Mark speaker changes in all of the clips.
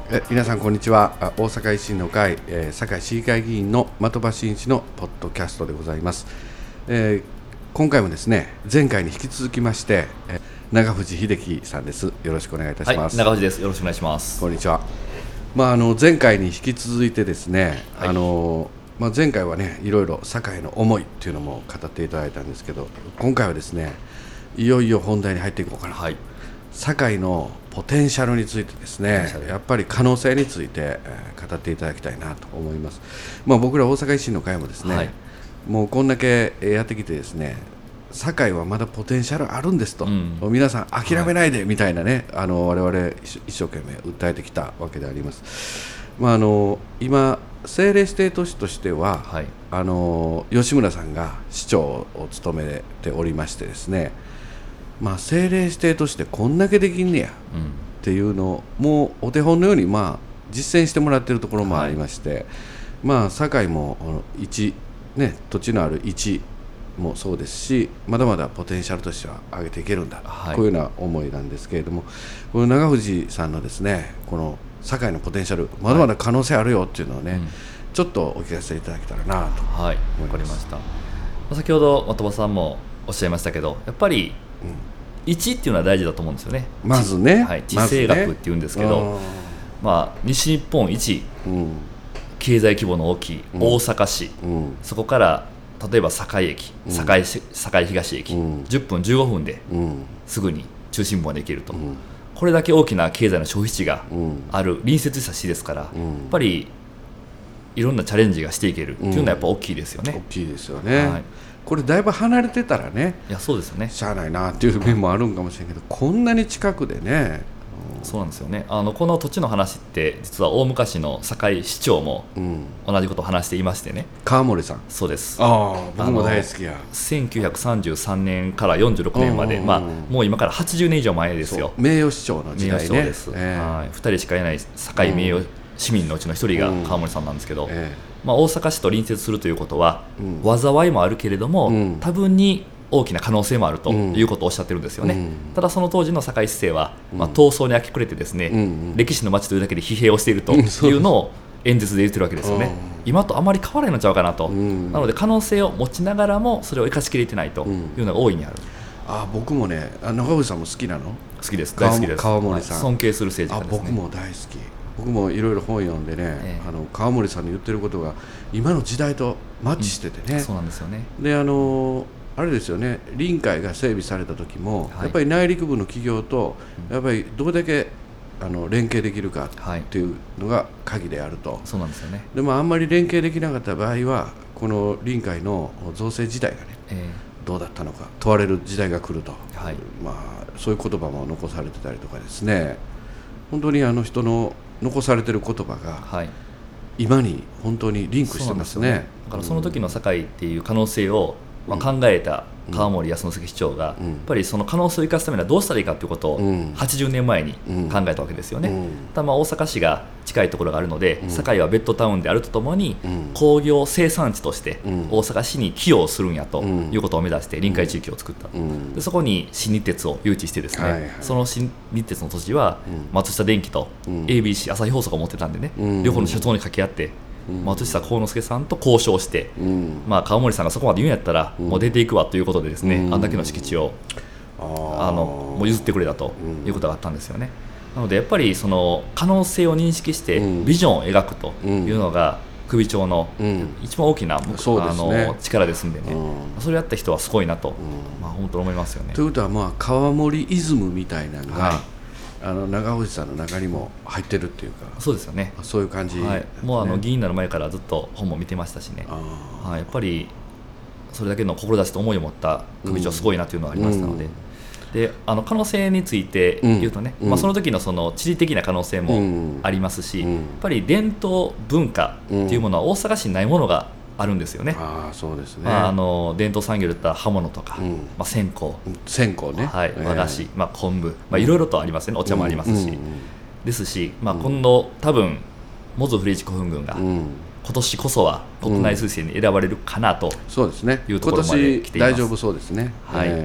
Speaker 1: 皆さんこんにちは。大阪維新の会、堺市議会議員の的場真一のポッドキャストでございます。今回もですね、前回に引き続きまして、長藤秀樹さんです。よろしくお願いいたします。
Speaker 2: 長藤です。よろしくお願いします。
Speaker 1: こんにちは。前回に引き続いてですね、前回はね、いろいろ堺の思いっていうのも語っていただいたんですけど、今回はですね、いよいよ本題に入っていこうかな。堺のポテンシャルについてですね、やっぱり可能性について、語っていただきたいなと思います。僕ら大阪維新の会もですね、もうこんだけやってきてですね、堺はまだポテンシャルあるんですと、皆さん諦めないでみたいなね、我々一生懸命訴えてきたわけであります。今政令指定都市としては、吉村さんが市長を務めておりましてですね、政令指定としてこんだけできんねやっていうのをもうお手本のように実践してもらっているところもありまして、堺も土地のある位置もそうですし、まだまだポテンシャルとしては上げていけるんだ、こういうような思いなんですけれども、この長藤さんのですね、この堺のポテンシャル、まだまだ可能性あるよっていうのをね、ちょっとお聞かせいただけたらなと思います。
Speaker 2: わかりました。先ほど的場さんもおっしゃいましたけど、やっぱり位置っていうのは大事だと思うんですよね。
Speaker 1: まずね、
Speaker 2: 地政学っていうんですけど、西日本一、経済規模の大きい大阪市、そこから例えば堺駅、堺東駅、10分15分ですぐに中心部まで行けると、これだけ大きな経済の消費地がある隣接した市ですから、やっぱりいろんなチャレンジがしていけるっていうのはやっぱ大きいですよね。
Speaker 1: 大きいですよね。これだいぶ離れてたらね、
Speaker 2: そうですよね、
Speaker 1: しゃあないなっていう面もあるんかもしれないけど、こんなに近くでね。
Speaker 2: そうなんですよね。この土地の話って実は大昔の堺市長も同じことを話していましてね。
Speaker 1: 川森さん。
Speaker 2: そうです。
Speaker 1: 僕も大好きや。
Speaker 2: 1933年から46年まで、もう今から80年以上前ですよ。
Speaker 1: 名誉市長の時代ね。
Speaker 2: 名誉市長です、2人しかいない堺名誉市民のうちの1人が川森さんなんですけど、大阪市と隣接するということは、災いもあるけれども、多分に大きな可能性もあるということをおっしゃってるんですよね。ただその当時の堺市政は、闘争に明け暮れてですね、歴史の街というだけで疲弊をしているというのを演説で言ってるわけですよね。今とあまり変わらないのちゃうかなと、なので可能性を持ちながらもそれを生かしきれてないというのが大いにある。
Speaker 1: 僕もね、長渕さんも好きなの？
Speaker 2: 好きです、大好きです。
Speaker 1: 川森さん、
Speaker 2: 尊敬する政治家ですね。
Speaker 1: 僕も大好き。僕もいろいろ本読んでね、川森さんの言ってることが今の時代とマッチしててね、
Speaker 2: そうなんですよね。
Speaker 1: であれですよね、臨海が整備された時も、やっぱり内陸部の企業とやっぱりどれだけ連携できるかっていうのが鍵であると。
Speaker 2: そうなんですよね。
Speaker 1: でもあんまり連携できなかった場合は、この臨海の造成自体がね、どうだったのか問われる時代が来ると、そういう言葉も残されてたりとかですね、本当に人の残されてる言葉が今に本当にリンクしてますね。
Speaker 2: だからその時の堺っていう可能性を考えた川森康之市長が、やっぱりその可能性を生かすためにはどうしたらいいかということを80年前に考えたわけですよね。ただ大阪市が近いところがあるので、堺はベッドタウンであるとともに、工業生産地として大阪市に寄与するんやということを目指して臨海地域を作った。でそこに新日鉄を誘致してですね、その新日鉄の土地は松下電器と ABC 朝日放送が持ってたんでね、両方の社長に掛け合って松下幸之助さんと交渉して、川森さんがそこまで言うんやったらもう出ていくわということでですね、あんだけの敷地をもう譲ってくれたということがあったんですよね。なのでやっぱりその可能性を認識してビジョンを描くというのが首長の一番大きな力ですんでね、それをやった人はすごいなと本当に思いますよね。
Speaker 1: ということは川森イズムみたいなのが、長藤さんの中にも入ってるっていうか。
Speaker 2: そうですよね。
Speaker 1: そういう感じ、
Speaker 2: もう議員になる前からずっと本も見てましたしね、やっぱりそれだけの志と思いを持った首長すごいなというのがありましたので、で可能性について言うとね、その時のその地理的な可能性もありますし、やっぱり伝統文化っていうものは大阪市にないものがあるんですよね。
Speaker 1: そうですね。
Speaker 2: 伝統産業でいったら刃物とか、線香ね、和菓子、昆布、いろいろとありますね。お茶もありますし、ですし、今度多分モズフリーチ古墳群が今年こそは国内推薦に選ばれるかなというところまで来ています。
Speaker 1: 今年大丈夫そうですね。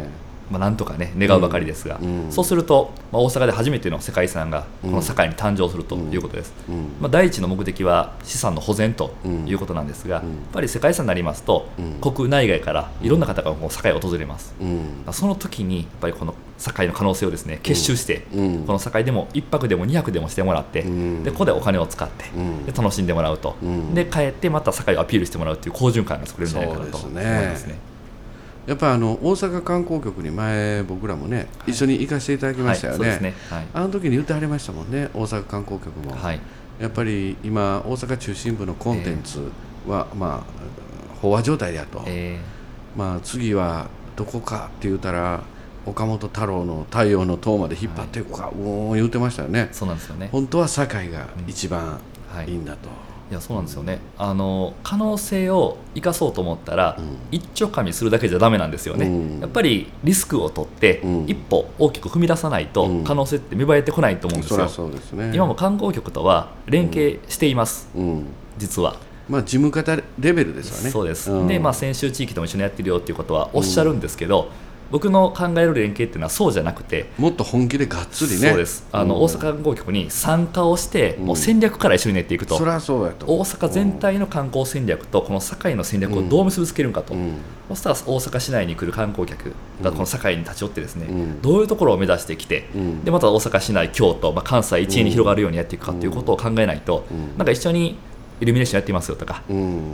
Speaker 2: なんとかね願うばかりですが、そうすると、大阪で初めての世界遺産がこの堺に誕生するということです。第一の目的は資産の保全ということなんですが、やっぱり世界遺産になりますと、国内外からいろんな方がこう堺を訪れます。その時にやっぱりこの堺の可能性をですね結集して、この堺でも1泊でも2泊でもしてもらって、でここでお金を使って、で楽しんでもらうと、で帰ってまた堺をアピールしてもらうという好循環が作れるんじゃないかなと思いますね。
Speaker 1: やっぱ大阪観光局に前僕らもね、一緒に行かせていただきましたよね。あの時に言ってはりましたもんね、大阪観光局も。やっぱり今大阪中心部のコンテンツは、飽和状態だと、次はどこかって言ったら岡本太郎の太陽の塔まで引っ張っていくか、言ってましたよね。
Speaker 2: そうなんですよね。
Speaker 1: 本当は堺が一番いいんだと。
Speaker 2: いやそうなんですよね。可能性を生かそうと思ったら、一丁噛みするだけじゃダメなんですよね。やっぱりリスクを取って、一歩大きく踏み出さないと、可能性って芽生えてこないと思うんですよ。
Speaker 1: そうですね。
Speaker 2: 今も観光局とは連携しています、実は。
Speaker 1: 事務方レベルですよね。
Speaker 2: そうです。で、先週地域とも一緒にやってるよっていうことはおっしゃるんですけど、僕の考える連携っていうのはそうじゃなくて、
Speaker 1: もっと本気でがっつりね。
Speaker 2: そうです。大阪観光局に参加をして、もう戦略から一緒に練っていくと。
Speaker 1: そりゃそうやと。
Speaker 2: 大阪全体の観光戦略とこの堺の戦略をどう結びつけるかと。そしたら大阪市内に来る観光客がこの堺に立ち寄ってですね、どういうところを目指してきて、でまた大阪市内、京都、関西一円に広がるようにやっていくかということを考えないと、なんか一緒にイルミネーションやっていますよとか、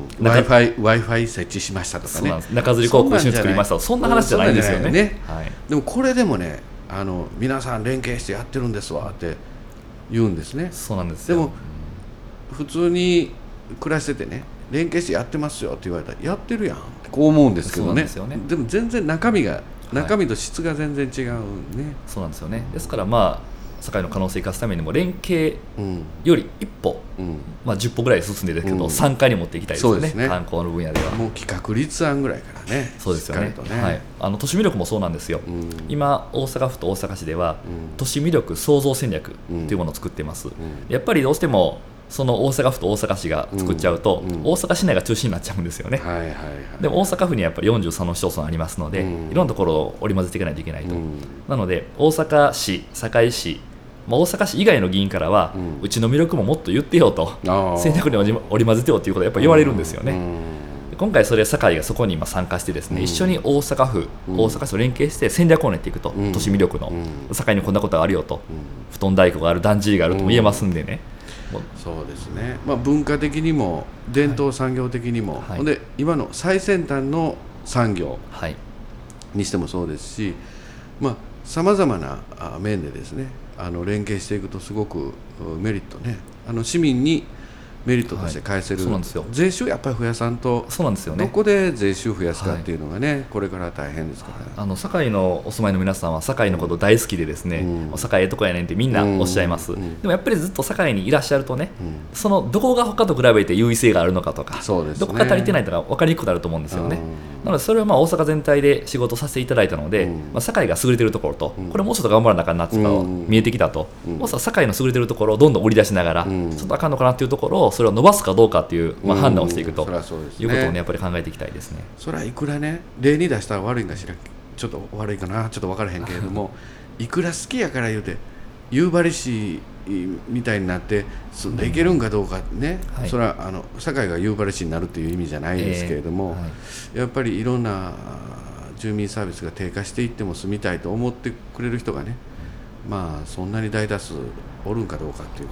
Speaker 1: Wi-Fi 設置しましたとかね、
Speaker 2: 中吊り航空一緒に作りましたと、そんな話じゃないんですよね。
Speaker 1: でもこれでもね、皆さん連携してやってるんですわって言うんですね。
Speaker 2: そうなんですよ。
Speaker 1: でも普通に暮らしててね、連携してやってますよって言われたらやってるやんってこう思うんですけどね。でも全然中身と質が全然違うね。
Speaker 2: そうなんですよね。ですから堺の可能性を生かすためにも連携より一歩、10歩ぐらい進んでるけど、3回に持っていきたいですよね。観光の分野では
Speaker 1: もう企画立案ぐらいからね。
Speaker 2: そうですよね。都市魅力もそうなんですよ。今大阪府と大阪市では、都市魅力創造戦略というものを作っています。やっぱりどうしてもその大阪府と大阪市が作っちゃうと、大阪市内が中心になっちゃうんですよね。でも大阪府にはやっぱり43の市町村ありますので、いろんなところを織り交ぜていかないといけないと。なので大阪市、堺市、大阪市以外の議員からは、うちの魅力ももっと言ってよと、戦略に織り交ぜてよということをやっぱり言われるんですよね。今回堺がそこに今参加してですね、一緒に大阪府、大阪市と連携して戦略を練っていくと、都市魅力の堺にこんなことがあるよと、布団太鼓がある、だんじりがあるとも言えますんでね。
Speaker 1: そうですね。文化的にも伝統産業的にも、で今の最先端の産業にしてもそうですし、さまざまな面でですね、連携していくとすごくメリットね、市民にメリットとして返せる、税収やっぱり増やさんと、
Speaker 2: そうなんですよね。
Speaker 1: どこで税収増やすかっていうのがね、これから大変ですからね。
Speaker 2: 堺のお住まいの皆さんは堺のこと大好きでですね、堺ええとこやねんってみんなおっしゃいます。でもやっぱりずっと堺にいらっしゃるとね、そのどこが他と比べて優位性があるのかとか、どこが足りてないとか分かりにくくなると思うんですよね。なのでそれは大阪全体で仕事させていただいたので、堺が優れてるところと、これもうちょっと頑張らなあかんなっていうのが見えてきたと、堺の優れてるところをどんどん売り出しながら、ちょっとあかんのかなっていうところをそれを伸ばすかどうかっていう判断をしていくということをね、やっぱり考えていきたいですね。
Speaker 1: それはいくらね、例に出したら悪いんかしら、ちょっと悪いかな、ちょっと分からへんけれどもいくら好きやから言うて夕張市みたいになって住んでいけるんかどうかね、それは堺が夕張市になるっていう意味じゃないですけれども、やっぱりいろんな住民サービスが低下していっても住みたいと思ってくれる人がね、そんなに大多数おるんかどうかっていうこと、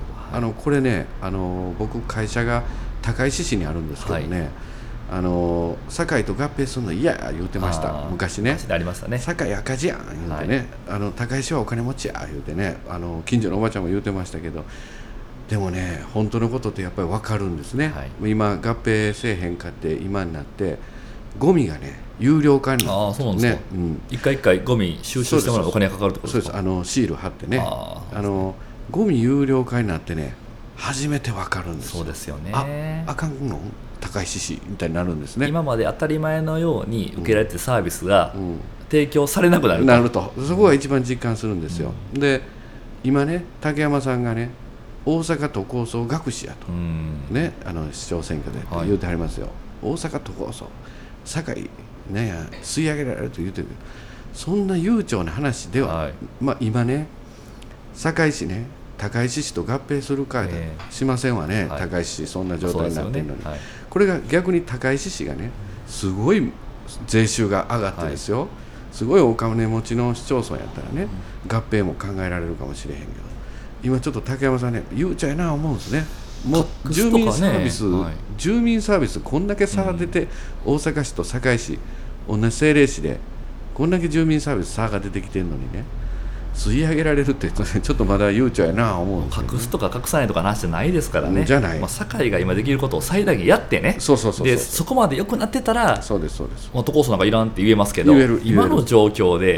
Speaker 1: これね、僕会社が高石市にあるんですけどね、堺と合併するの嫌や言うてました。昔ね、堺赤字やん言うてね、高石はお金持ちや言うてね、近所のおばちゃんも言うてましたけど、でもね、本当のことってやっぱり分かるんですね。今合併せえへんかって今になってゴミがね有料化になってね、
Speaker 2: 一回一回ゴミ収集してもらうお金がかかるってことですか。
Speaker 1: そうです。シール貼ってね、ゴミ有料化になってね、初めて分かるんですよ。
Speaker 2: そうですよね。
Speaker 1: あかんの高石市みたいになるんですね。
Speaker 2: 今まで当たり前のように受けられてるサービスが提供されなくなる
Speaker 1: と、そこが一番実感するんですよ。で今ね、竹山さんがね、大阪都構想学士やと、ね、市長選挙で言うてはりますよ。大阪都構想堺ねや吸い上げられると言うてるけど、 そんな悠長な話では、
Speaker 2: はい、
Speaker 1: 今ね堺市ね高石市と合併するかしませんわね、高石市そんな状態になってるのに、これが逆に高石市がねすごい税収が上がってですよ、すごいお金持ちの市町村やったらね、合併も考えられるかもしれへんけど、今ちょっと竹山さんね悠長やな思うんですね。もう住民サービス、住民サービスこんだけ差が出て、大阪市と堺市同じ政令市でこんだけ住民サービス差が出てきてるのにね、吸い上げられるってちょっとまだ悠長やな思うんですよね。
Speaker 2: 隠すとか隠さないとか話じゃないですからね。
Speaker 1: じゃない、
Speaker 2: 堺が今できることを最大限やってね、でそこまで良くなってたら
Speaker 1: そうですそうです、
Speaker 2: 都構想なんかいらんって言えますけど、今の状況で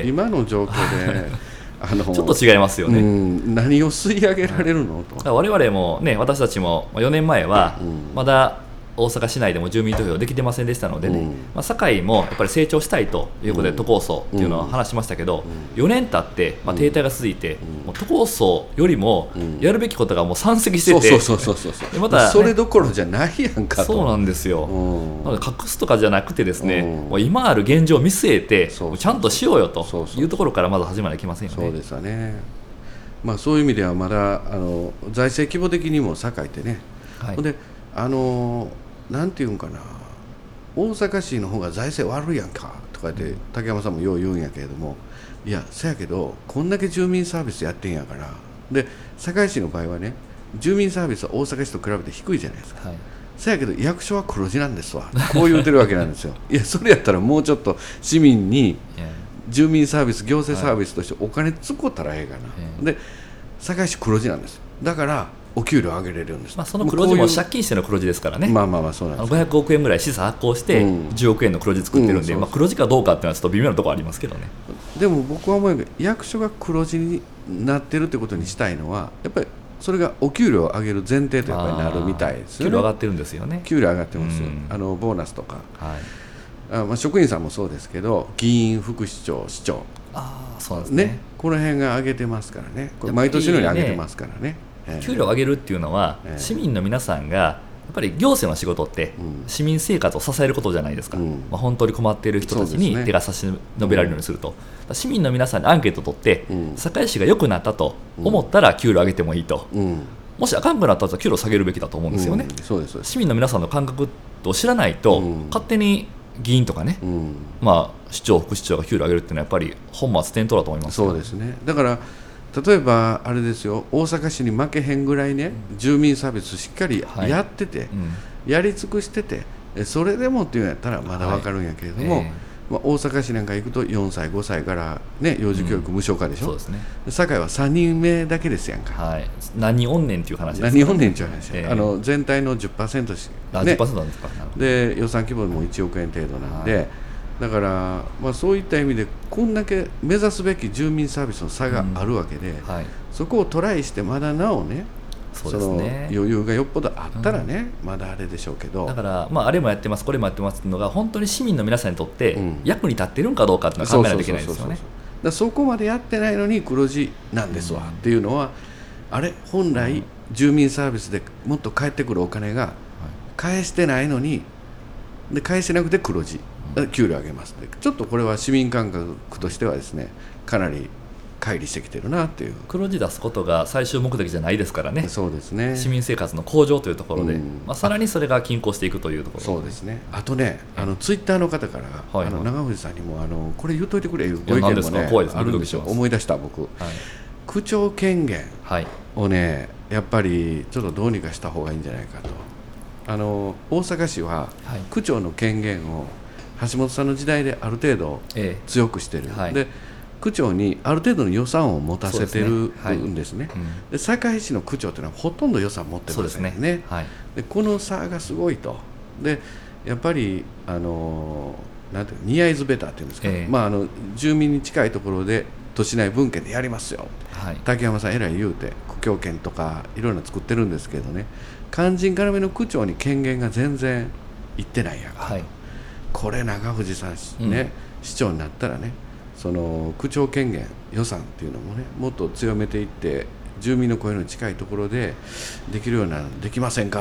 Speaker 2: ちょっと違いますよね、
Speaker 1: 何を吸い上げられるのと。
Speaker 2: 我々もね、私たちも4年前はまだ大阪市内でも住民投票できてませんでしたのでね、堺もやっぱり成長したいということで都構想っていうのは話しましたけど、4年経って停滞が続いて、もう都構想よりもやるべきことがもう山積してて、
Speaker 1: またそれどころじゃないやんかと。
Speaker 2: そうなんですよ。なので隠すとかじゃなくてですね、もう今ある現状を見据えてちゃんとしようよというところからまず始まらなきませんよね。
Speaker 1: そうですよね。そういう意味ではまだ財政規模的にも堺ってね、でなんていうんかな、大阪市の方が財政悪いやんかとかって竹山さんもよう言うんやけれども、いやせやけどこんだけ住民サービスやってんやから、で堺市の場合はね住民サービスは大阪市と比べて低いじゃないですか、せやけど役所は黒字なんですわ、こう言うてるわけなんですよ。いやそれやったらもうちょっと市民に住民サービス行政サービスとしてお金つこったらええかな、で堺市黒字なんです。だからお給料上げれるんです。
Speaker 2: その黒字も借金しての黒字ですからね。
Speaker 1: そうなんです。
Speaker 2: 500億円ぐらい資産発行して10億円の黒字作ってるんで、黒字かどうかっていうのはちょっと微妙なところありますけどね。
Speaker 1: でも僕は思うけど役所が黒字になってるってことにしたいのはやっぱりそれがお給料を上げる前提とやっぱりなるみたいですよね。
Speaker 2: 給料上がってるんですよね。
Speaker 1: 給料上がってます、ボーナスとか、職員さんもそうですけど議員副市長市長
Speaker 2: そうですね、
Speaker 1: この辺が上げてますからね。これ毎年のように上げてますからね。
Speaker 2: 給料を上げるっていうのは、市民の皆さんがやっぱり行政の仕事って市民生活を支えることじゃないですか、本当に困っている人たちに手が差し伸べられるようにすると、市民の皆さんにアンケートを取って、堺市が良くなったと思ったら給料上げてもいいと、もしあかんくなったら給料下げるべきだと思うんですよね。市民の皆さんの感覚を知らないと、勝手に議員とかね、市長副市長が給料上げるっていうのはやっぱり本末転倒だと思います。
Speaker 1: そうですね。だから例えばあれですよ、大阪市に負けへんぐらいね、住民サービスしっかりやってて、やり尽くしてて、それでもっていうんやったらまだ分かるんやけれども、大阪市なんか行くと4歳5歳から、ね、幼児教育無償化でしょ、そうですね。堺は3人目だけですやんか、
Speaker 2: 何人おんねんっていう話です、ね、
Speaker 1: 何人おんねんっていう話、全体の 10% しか、ね、
Speaker 2: 10% なんですか。
Speaker 1: で予算規模も1億円程度なんで、だから、そういった意味でこんだけ目指すべき住民サービスの差があるわけで、そこをトライしてまだなおね、その余裕がよっぽどあったらね、まだあれでしょうけど、
Speaker 2: だから、あれもやってますこれもやってますっていうのが本当に市民の皆さんにとって役に立ってるんかどうかっていうのは考えないといけないですよね。
Speaker 1: そこまでやってないのに黒字なんですわ、っていうのはあれ本来住民サービスでもっと返ってくるお金が返してないのに、で返してなくて黒字、給料上げますって、ちょっとこれは市民感覚としてはですね、かなり乖離してきてるなっていう。
Speaker 2: 黒字出すことが最終目的じゃないですからね。
Speaker 1: そうですね。
Speaker 2: 市民生活の向上というところで、さらにそれが均衡していくというところ、
Speaker 1: そうですね。あとね、ツイッターの方から、長藤さんにもこれ言っといてくれいうご意見もねあるんですよ。思い出した僕、区長権限をね、やっぱりちょっとどうにかした方がいいんじゃないかと。大阪市は区長の権限を橋本さんの時代である程度強くしてる、で区長にある程度の予算を持たせてるんですね。で堺市の区長というのはほとんど予算持ってませんね。でこの差がすごいと。でやっぱりなんていうニアイズベターっていうんですか、住民に近いところで都市内分権でやりますよ、竹山さんえらい言うて区長権とかいろいろ作ってるんですけどね、肝心要の区長に権限が全然いってないやんか、これ長藤さんね、市長になったらね、その区長権限予算っていうのもね、もっと強めていって住民の声の近いところでできるようなできませんかと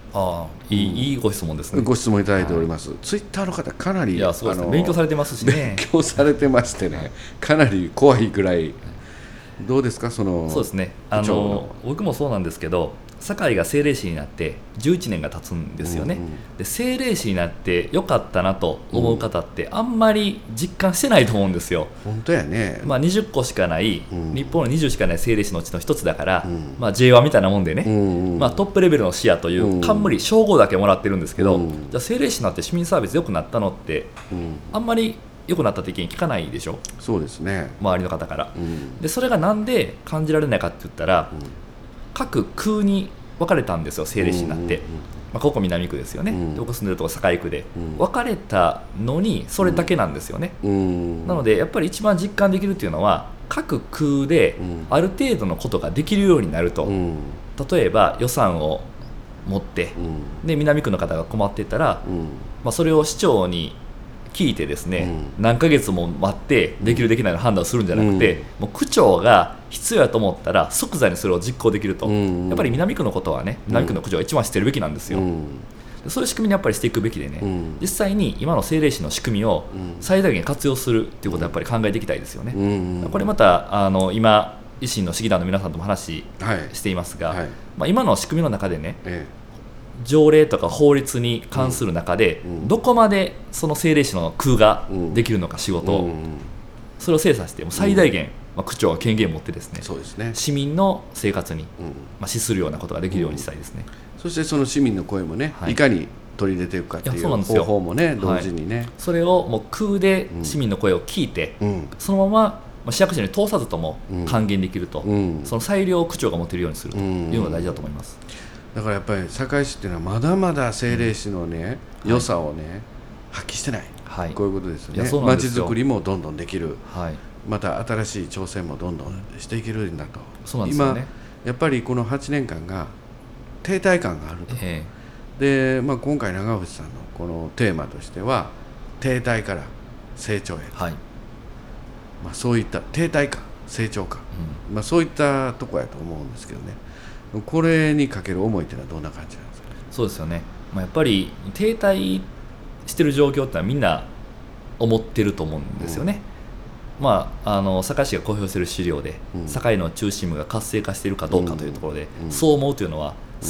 Speaker 2: いいご質問ですね。
Speaker 1: ご質問いただいております、ツイッターの方かなり
Speaker 2: そうですね、勉強されてますしね。
Speaker 1: 勉強されてましてね、かなり怖いぐらい。どうですか、そうです
Speaker 2: ね、僕もそうなんですけど、堺が政令市になって11年が経つんですよね、で政令市になってよかったなと思う方ってあんまり実感してないと思うんですよ。
Speaker 1: 本当やね、
Speaker 2: 20個しかない、日本の20しかない政令市のうちの一つだから、J1 みたいなもんでね、トップレベルの視野という冠、称号だけもらってるんですけど、じゃあ政令市になって市民サービス良くなったのって、あんまり良くなったって意見聞かないでしょ。
Speaker 1: そうですね、
Speaker 2: 周りの方から、でそれがなんで感じられないかって言ったら、各区に分かれたんですよ、政令市になって、ここ南区ですよね、僕住んでるとこ堺区で、分かれたのにそれだけなんですよね、なのでやっぱり一番実感できるっていうのは、各区である程度のことができるようになると、例えば予算を持って、で南区の方が困ってたら、それを市長に聞いてですね、何ヶ月も待ってできるできないの判断をするんじゃなくて、もう区長が必要やと思ったら即座にそれを実行できると、やっぱり南区のことはね、南区の区長が一番知ってるべきなんですよ、そういう仕組みにやっぱりしていくべきでね、実際に今の政令市の仕組みを最大限活用するっていうことをやっぱり考えていきたいですよね、これまた今維新の市議団の皆さんとも話していますが、今の仕組みの中でね、条例とか法律に関する中で、どこまでその政令市の区ができるのか、仕事を、それを精査しても最大限、区長は権限を持ってですね、
Speaker 1: そうですね、
Speaker 2: 市民の生活に資するようなことができるようにしたいですね、
Speaker 1: そしてその市民の声もね、いかに取り入れていくかっていう方法もね、同時にね、
Speaker 2: それをもう区で市民の声を聞いて、そのまま市役所に通さずとも還元できると、その裁量を区長が持てるようにするというのが大事だと思います。
Speaker 1: だからやっぱり堺市っていうのはまだまだ政令市のね、良さをね発揮してない、こういうことですよね。まちづくりもどんどんできる、また新しい挑戦もどんどんしていけるんだと。
Speaker 2: そうなんですよね。
Speaker 1: 今やっぱりこの8年間が停滞感があると、で、今回長渕さんのこのテーマとしては停滞から成長へ、そういった停滞か成長か、そういったところやと思うんですけどね、これにかける思いというのはどんな感じなんですかね。
Speaker 2: そうですよね、やっぱり停滞してる状況ってのはみんな思ってると思うんですよね、堺市が公表している資料で、堺の中心部が活性化しているかどうかというところで、そう思うというのは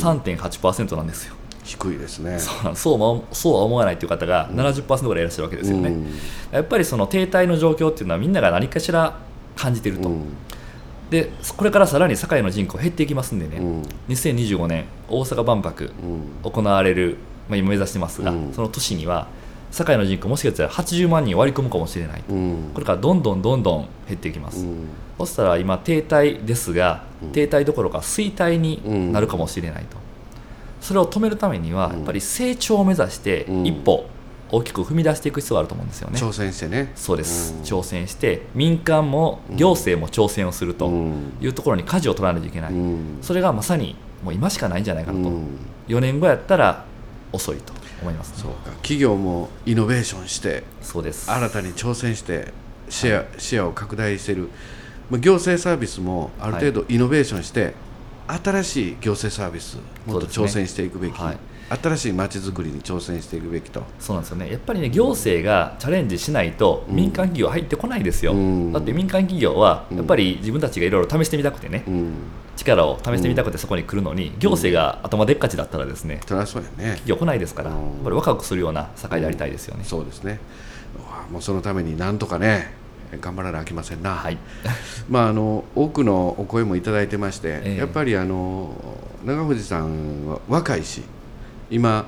Speaker 2: 3.8% なんですよ。
Speaker 1: 低いですね。
Speaker 2: そうは思わないという方が 70% ぐらいいらっしゃるわけですよね、やっぱりその停滞の状況っていうのはみんなが何かしら感じていると、でこれからさらに堺の人口減っていきますんでね、2025年大阪万博行われる、今目指してますが、その年には堺の人口もしかしたら80万人割り込むかもしれない、これからどんどん減っていきます、そしたら今停滞ですが、停滞どころか衰退になるかもしれないと、それを止めるためにはやっぱり成長を目指して一歩大きく踏み出していく必要があると思うんですよね。
Speaker 1: 挑戦してね。
Speaker 2: そうです、挑戦して民間も行政も挑戦をするというところに舵を取らないといけない、それがまさにもう今しかないんじゃないかなと、4年後やったら遅いと思います、ね、
Speaker 1: そうか、企業もイノベーションして、
Speaker 2: そうです、
Speaker 1: 新たに挑戦してシェアを拡大している、行政サービスもある程度イノベーションして、新しい行政サービスもっと挑戦していくべき、新しいまちづくりに挑戦していくべきと。
Speaker 2: そうなんですよね。やっぱりね、行政がチャレンジしないと民間企業入ってこないですよ、だって民間企業はやっぱり自分たちがいろいろ試してみたくてね、力を試してみたくてそこに来るのに、行政が頭でっかちだったらですね、
Speaker 1: そりゃそうやね、
Speaker 2: 企業来ないですから、やっぱり若くするような堺でありたいですよね、
Speaker 1: そうですね。もうそのためになんとかね頑張らなきゃいけませんな、多くのお声もいただいてまして、やっぱり長藤さんは若いし、今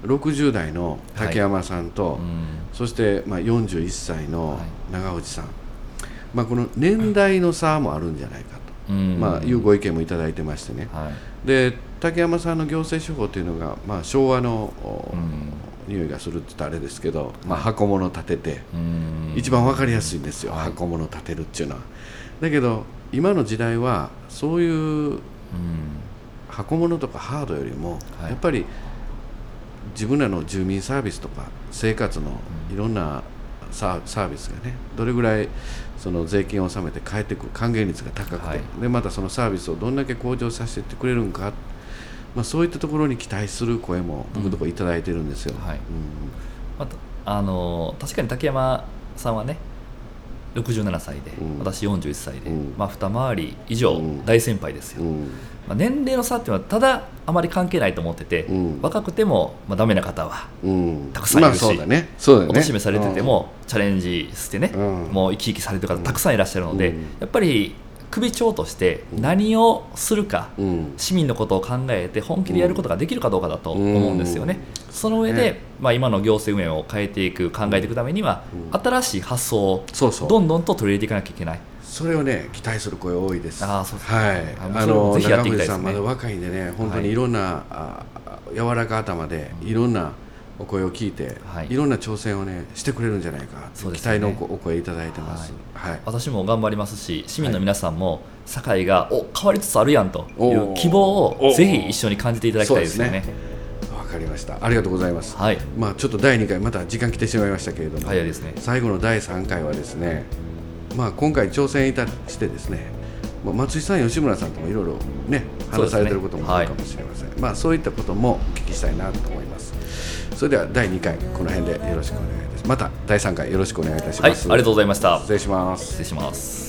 Speaker 1: 60代の竹山さんと、そして41歳の長藤さん、この年代の差もあるんじゃないかと、いうご意見もいただいてましてね、で竹山さんの行政手法というのが、昭和の、匂いがするって言ったらあれですけど、箱物立てて一番分かりやすいんですよ、箱物立てるっていうのは。だけど今の時代はそういう箱物とかハードよりも、やっぱり自分らの住民サービスとか生活のいろんなサービスがね、どれぐらいその税金を納めて返ってくる還元率が高くて、でまたそのサービスをどんだけ向上させていってくれるのか、 そういったところに期待する声も僕のところいただいてるんですよ。
Speaker 2: はい、確かに竹山さんはね67歳で、私41歳で、二回り以上大先輩ですよ。年齢の差っていうのはただあまり関係ないと思ってて、若くてもダメな方はたくさんいるし、お年めされててもチャレンジしてね、もう生き生きされてる方たくさんいらっしゃるので、やっぱり首長として何をするか、市民のことを考えて本気でやることができるかどうかだと思うんですよね。その上で、今の行政運営を変えていく、考えていくためには、新しい発想をどんどんと取り入れていかなきゃいけない。
Speaker 1: それをね期待する声多いです。
Speaker 2: そうですね。ぜひやっていきたいですね。
Speaker 1: 中藤さんまだ若いんでね、本当にいろんな、柔らか頭でいろんなお声を聞いて、いろんな挑戦をねしてくれるんじゃないか、期待のお声いただいてます。
Speaker 2: 私も頑張りますし、市民の皆さんも堺が変わりつつあるやんという希望をぜひ一緒に感じていただきたいですよね。
Speaker 1: わかりました。ありがとうございます。ちょっと第2回また時間来てしまいましたけれども、
Speaker 2: 早いですね。
Speaker 1: 最後の第3回はですね、今回挑戦いたしてですね、松井さん、吉村さんともいろいろね話されてることもあるかもしれません。そういったこともお聞きしたいなと思います。それでは第2回この辺でよろしくお願いいたします。また第3回よろしくお願いいたします。
Speaker 2: ありがとうございました。
Speaker 1: 失礼します。
Speaker 2: 失礼します。